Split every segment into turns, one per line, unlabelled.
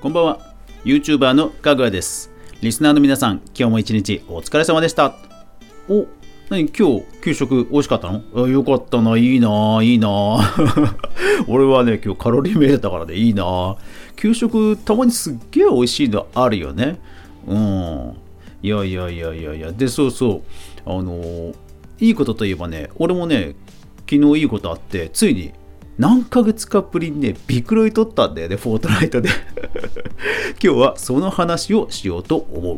こんばんは。 YouTuber のかぐわです。リスナーの皆さん、今日も一日お疲れ様でした。何今日給食美味しかったの？よかったな。いいないいな俺はね今日カロリーメイトだからね、いいな。給食たまにすっげえ美味しいのあるよね。いやで、いいことといえばね、俺もね昨日いいことあって、ついに何ヶ月かぶりにねビクロイ取ったんだよね、フォートナイトで今日はその話をしようと思う。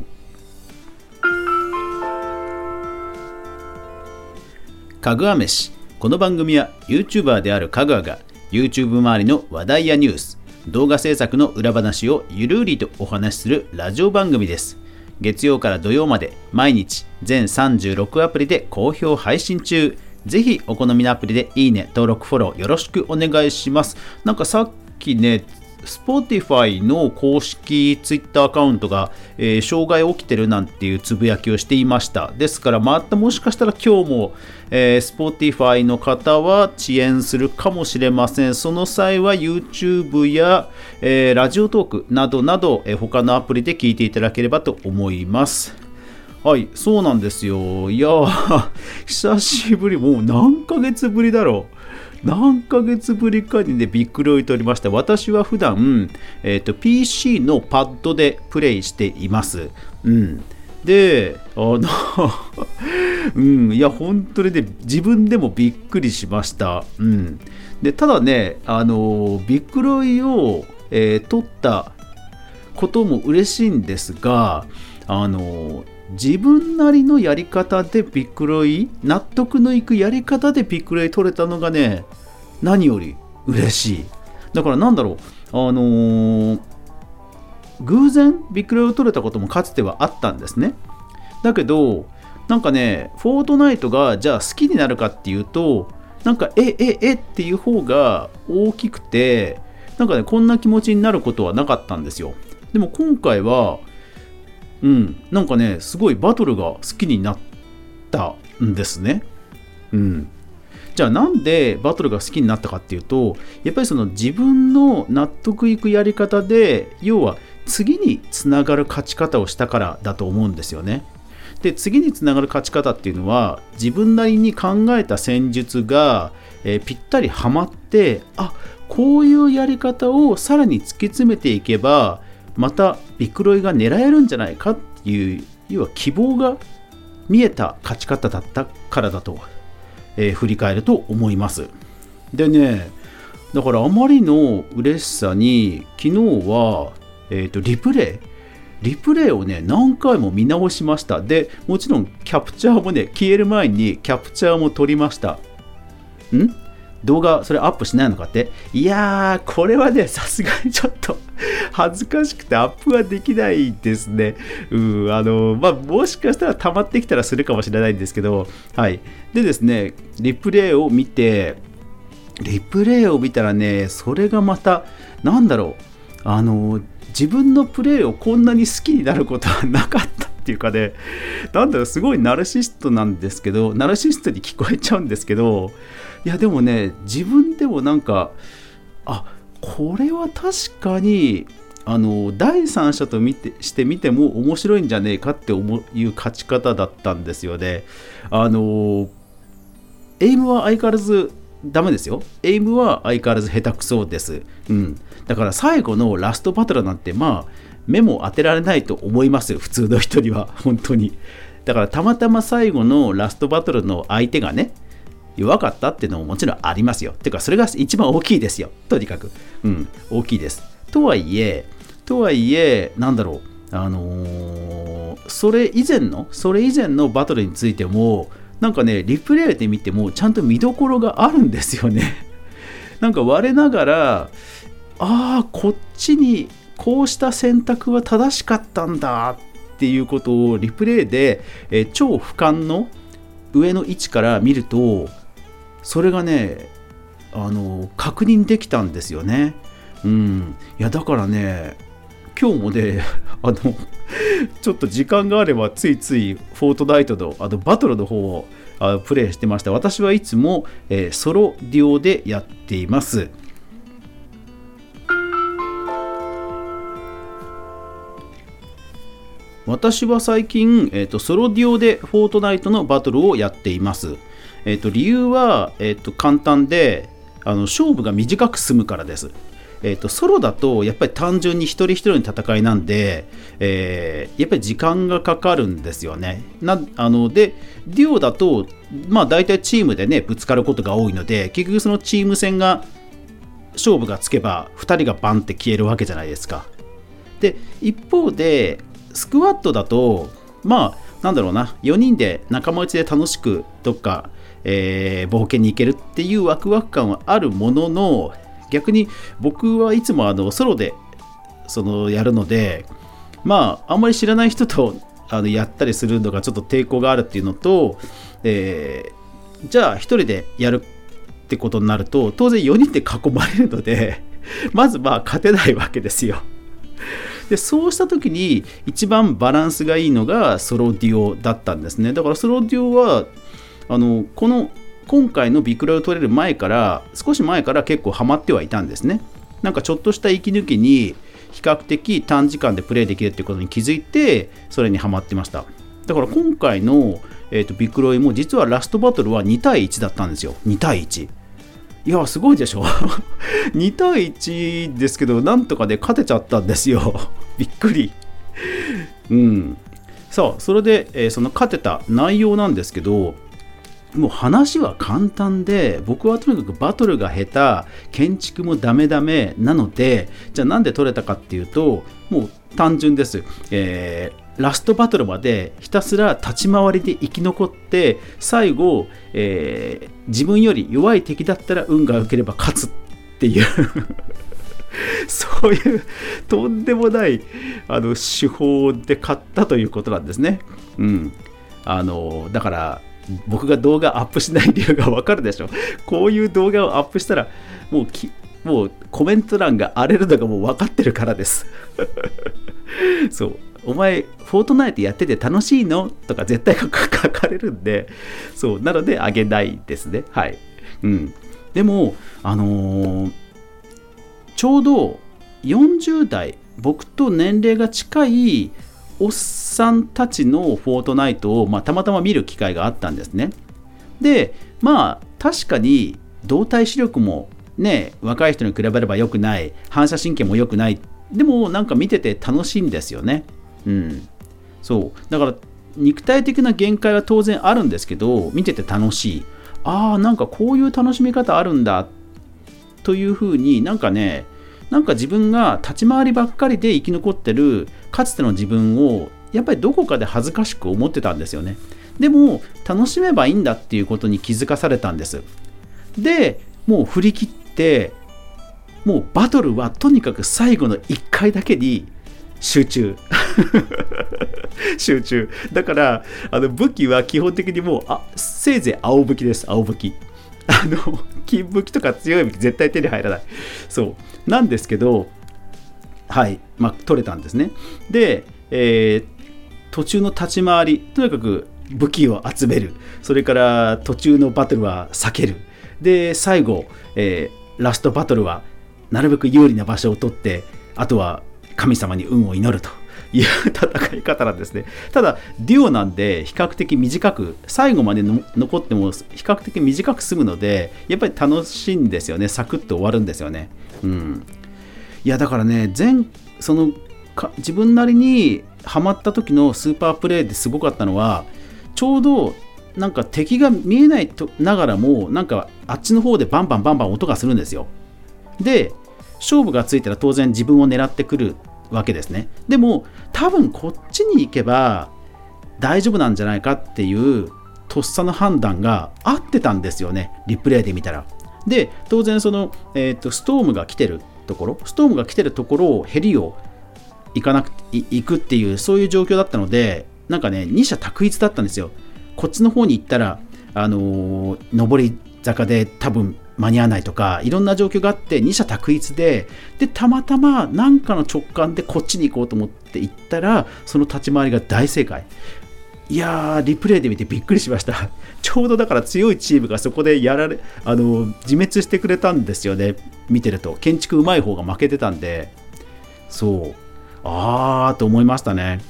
かぐわ飯。この番組は YouTuber であるかぐわが YouTube 周りの話題やニュース、動画制作の裏話をゆるりとお話しするラジオ番組です。月曜から土曜まで毎日全36アプリで好評配信中。ぜひお好みのアプリでいいね、登録、フォローよろしくお願いします。なんかさっきね、Spotify の公式 Twitter アカウントが、障害起きてるなんていうつぶやきをしていました。ですからまたもしかしたら今日も、Spotify の方は遅延するかもしれません。その際は YouTube や、ラジオトークなどなど、他のアプリで聞いていただければと思います。はい、そうなんですよ。いや久しぶり、もう何ヶ月ぶりだろう。何ヶ月ぶりかにね、ビッグロイとおりました。私は普段、PC のパッドでプレイしています。で、いや、本当にね、自分でもびっくりしました。で、ただね、ビッグロイを、取ったことも嬉しいんですが、自分なりのやり方でビッグロイ、納得のいくやり方でビッグロイ取れたのがね、何より嬉しい。だからなんだろう、偶然ビッグロイを取れたこともかつてはあったんですね。だけどなんかね、フォートナイトがじゃあ好きになるかっていうと、なんかっていう方が大きくて、なんかね、こんな気持ちになることはなかったんですよ。でも今回はなんかね、すごいバトルが好きになったんですね。じゃあなんでバトルが好きになったかっていうと、やっぱりその自分の納得いくやり方で、要は次につながる勝ち方をしたからだと思うんですよね。で、次につながる勝ち方っていうのは、自分なりに考えた戦術が、ぴったりはまって、こういうやり方をさらに突き詰めていけばまたビクロイが狙えるんじゃないかっていう、要は希望が見えた勝ち方だったからだと、振り返ると思います。でね、だからあまりの嬉しさに昨日は、リプレイをね何回も見直しました。でもちろんキャプチャーもね、消える前にキャプチャーも撮りました。動画それアップしないのかって。いやー、これはね、さすがにちょっと恥ずかしくてアップはできないですね。もしかしたら溜まってきたらするかもしれないんですけど、はい。でですね、リプレイを見たらね、それがまたなんだろう、自分のプレイをこんなに好きになることはなかったっていうかね、なんだろう、すごいナルシストなんですけど、ナルシストに聞こえちゃうんですけど、いやでもね、自分でもなんか、これは確かに第三者として見ても面白いんじゃねえかっていう勝ち方だったんですよね。エイムは相変わらずダメですよ。エイムは相変わらず下手くそです。だから最後のラストバトルなんて目も当てられないと思いますよ、普通の人には。本当に。だからたまたま最後のラストバトルの相手がね、弱かったっていうのももちろんありますよ。てかそれが一番大きいですよ。とにかく、大きいです。とはいえなんだろう、それ以前のバトルについてもなんかね、リプレイで見てもちゃんと見どころがあるんですよね。なんか我ながら、こっちにこうした選択は正しかったんだっていうことをリプレイで、超俯瞰の上の位置から見ると、それがね、確認できたんですよね。いやだからね、今日もねちょっと時間があればついついフォートナイトのバトルの方をプレイしてました。私はいつも、ソロデュオでやっています。 私は最近、ソロデュオでフォートナイトのバトルをやっています。理由は、簡単で勝負が短く済むからです。ソロだとやっぱり単純に一人一人の戦いなんで、やっぱり時間がかかるんですよね。でデュオだと大体チームでねぶつかることが多いので、結局そのチーム戦が勝負がつけば2人がバンって消えるわけじゃないですか。で一方でスクワットだとなんだろうな、4人で仲間内で楽しくどっか、冒険に行けるっていうワクワク感はあるものの、逆に僕はいつもソロでやるので、あんまり知らない人とやったりするのがちょっと抵抗があるっていうのと、じゃあ1人でやるってことになると当然4人で囲まれるのでまず勝てないわけですよ。でそうした時に一番バランスがいいのがソロデュオだったんですね。だからソロデュオは今回のビクロイを取れる少し前から結構ハマってはいたんですね。なんかちょっとした息抜きに比較的短時間でプレイできるっていうことに気づいてそれにハマってました。だから今回の、ビクロイも実はラストバトルは2対1だったんですよ。2対1。いやすごいでしょ2対1ですけどなんとかで勝てちゃったんですよびっくり。さあそれで、その勝てた内容なんですけど、もう話は簡単で、僕はとにかくバトルが下手、建築もダメダメなので、じゃあなんで取れたかっていうともう単純です。ラストバトルまでひたすら立ち回りで生き残って最後、自分より弱い敵だったら運が良ければ勝つっていうそういうとんでもない手法で勝ったということなんですね。だから僕が動画アップしない理由がわかるでしょ。こういう動画をアップしたらもうコメント欄が荒れるのがもう分かってるからですそうお前フォートナイトやってて楽しいのとか絶対書かれるんで、そうなのであげないですね。はい。でもちょうど40代僕と年齢が近いおっさんたちのフォートナイトを、たまたま見る機会があったんですね。で確かに動体視力もね若い人に比べれば良くない、反射神経も良くない、でもなんか見てて楽しいんですよね。そうだから肉体的な限界は当然あるんですけど見てて楽しい。なんかこういう楽しみ方あるんだというふうになんか自分が立ち回りばっかりで生き残ってるかつての自分をやっぱりどこかで恥ずかしく思ってたんですよね。でも楽しめばいいんだっていうことに気づかされたんです。でもう振り切ってもうバトルはとにかく最後の1回だけに集中集中だから武器は基本的にもうせいぜい青武器です。青武器金武器とか強い武器絶対手に入らない。そうなんですけど、はい取れたんですね。で、途中の立ち回りとにかく武器を集める、それから途中のバトルは避ける、で最後、ラストバトルはなるべく有利な場所を取ってあとは神様に運を祈るという戦い方なんですね。ただデュオなんで比較的短く最後まで残っても比較的短く済むのでやっぱり楽しいんですよね。サクッと終わるんですよね。いやだからね自分なりにハマった時のスーパープレイですごかったのは、ちょうどなんか敵が見えないながらもなんかあっちの方でバンバン音がするんですよ。で勝負がついたら当然自分を狙ってくるわけですね。でも多分こっちに行けば大丈夫なんじゃないかっていうとっさの判断が合ってたんですよね、リプレイで見たら。で当然ストームが来てるところをヘリを行くっていうそういう状況だったので、なんかね二者択一だったんですよ。こっちの方に行ったら上り坂で多分間に合わないとかいろんな状況があって二者択一でたまたま何かの直感でこっちに行こうと思って行ったらその立ち回りが大正解。いやーリプレイで見てびっくりしました。ちょうどだから強いチームがそこで自滅してくれたんですよね。見てると建築うまい方が負けてたんで、そうと思いましたね。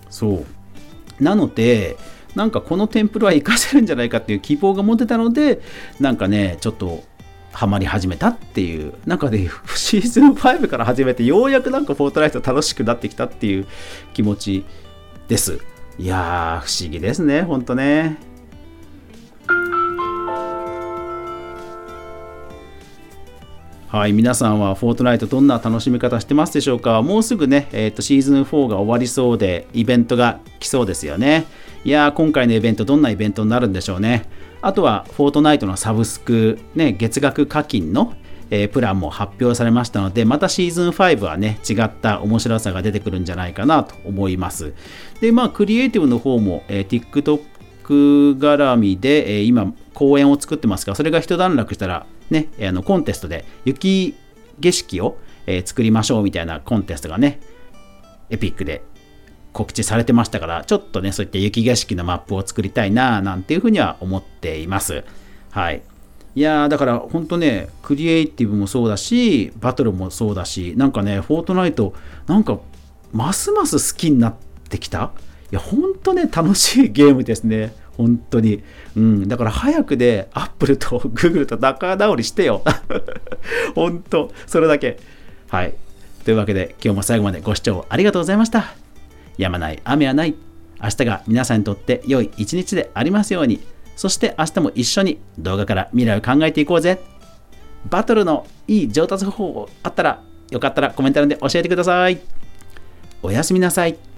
そうなので、なんかこのテンプルは活かせるんじゃないかっていう希望が持てたので、なんかねちょっとハマり始めたっていう、なんかねシーズン5から始めてようやくなんかフォートナイト楽しくなってきたっていう気持ちです。いやー不思議ですね、ほんとね。はい、皆さんはフォートナイトどんな楽しみ方してますでしょうか。もうすぐね、シーズン4が終わりそうでイベントが来そうですよね。いやー今回のイベントどんなイベントになるんでしょうね。あとはフォートナイトのサブスク、ね、月額課金の、プランも発表されましたので、またシーズン5はね違った面白さが出てくるんじゃないかなと思います。でクリエイティブの方も、TikTok 絡みで、今公演を作ってますが、それが一段落したらね、コンテストで雪景色を、作りましょうみたいなコンテストがねエピックで告知されてましたから、ちょっとねそういった雪景色のマップを作りたいななんていうふうには思っています。はい。いやーだから本当ね、クリエイティブもそうだしバトルもそうだし、なんかねフォートナイトなんかますます好きになってきた。いや本当ね楽しいゲームですね、本当に。だから早くでアップルとグーグルと仲直りしてよ本当それだけ。はい、というわけで今日も最後までご視聴ありがとうございました。やまない雨はない。明日が皆さんにとって良い一日でありますように。そして明日も一緒に動画から未来を考えていこうぜ。バトルのいい上達方法あったらよかったらコメント欄で教えてください。おやすみなさい。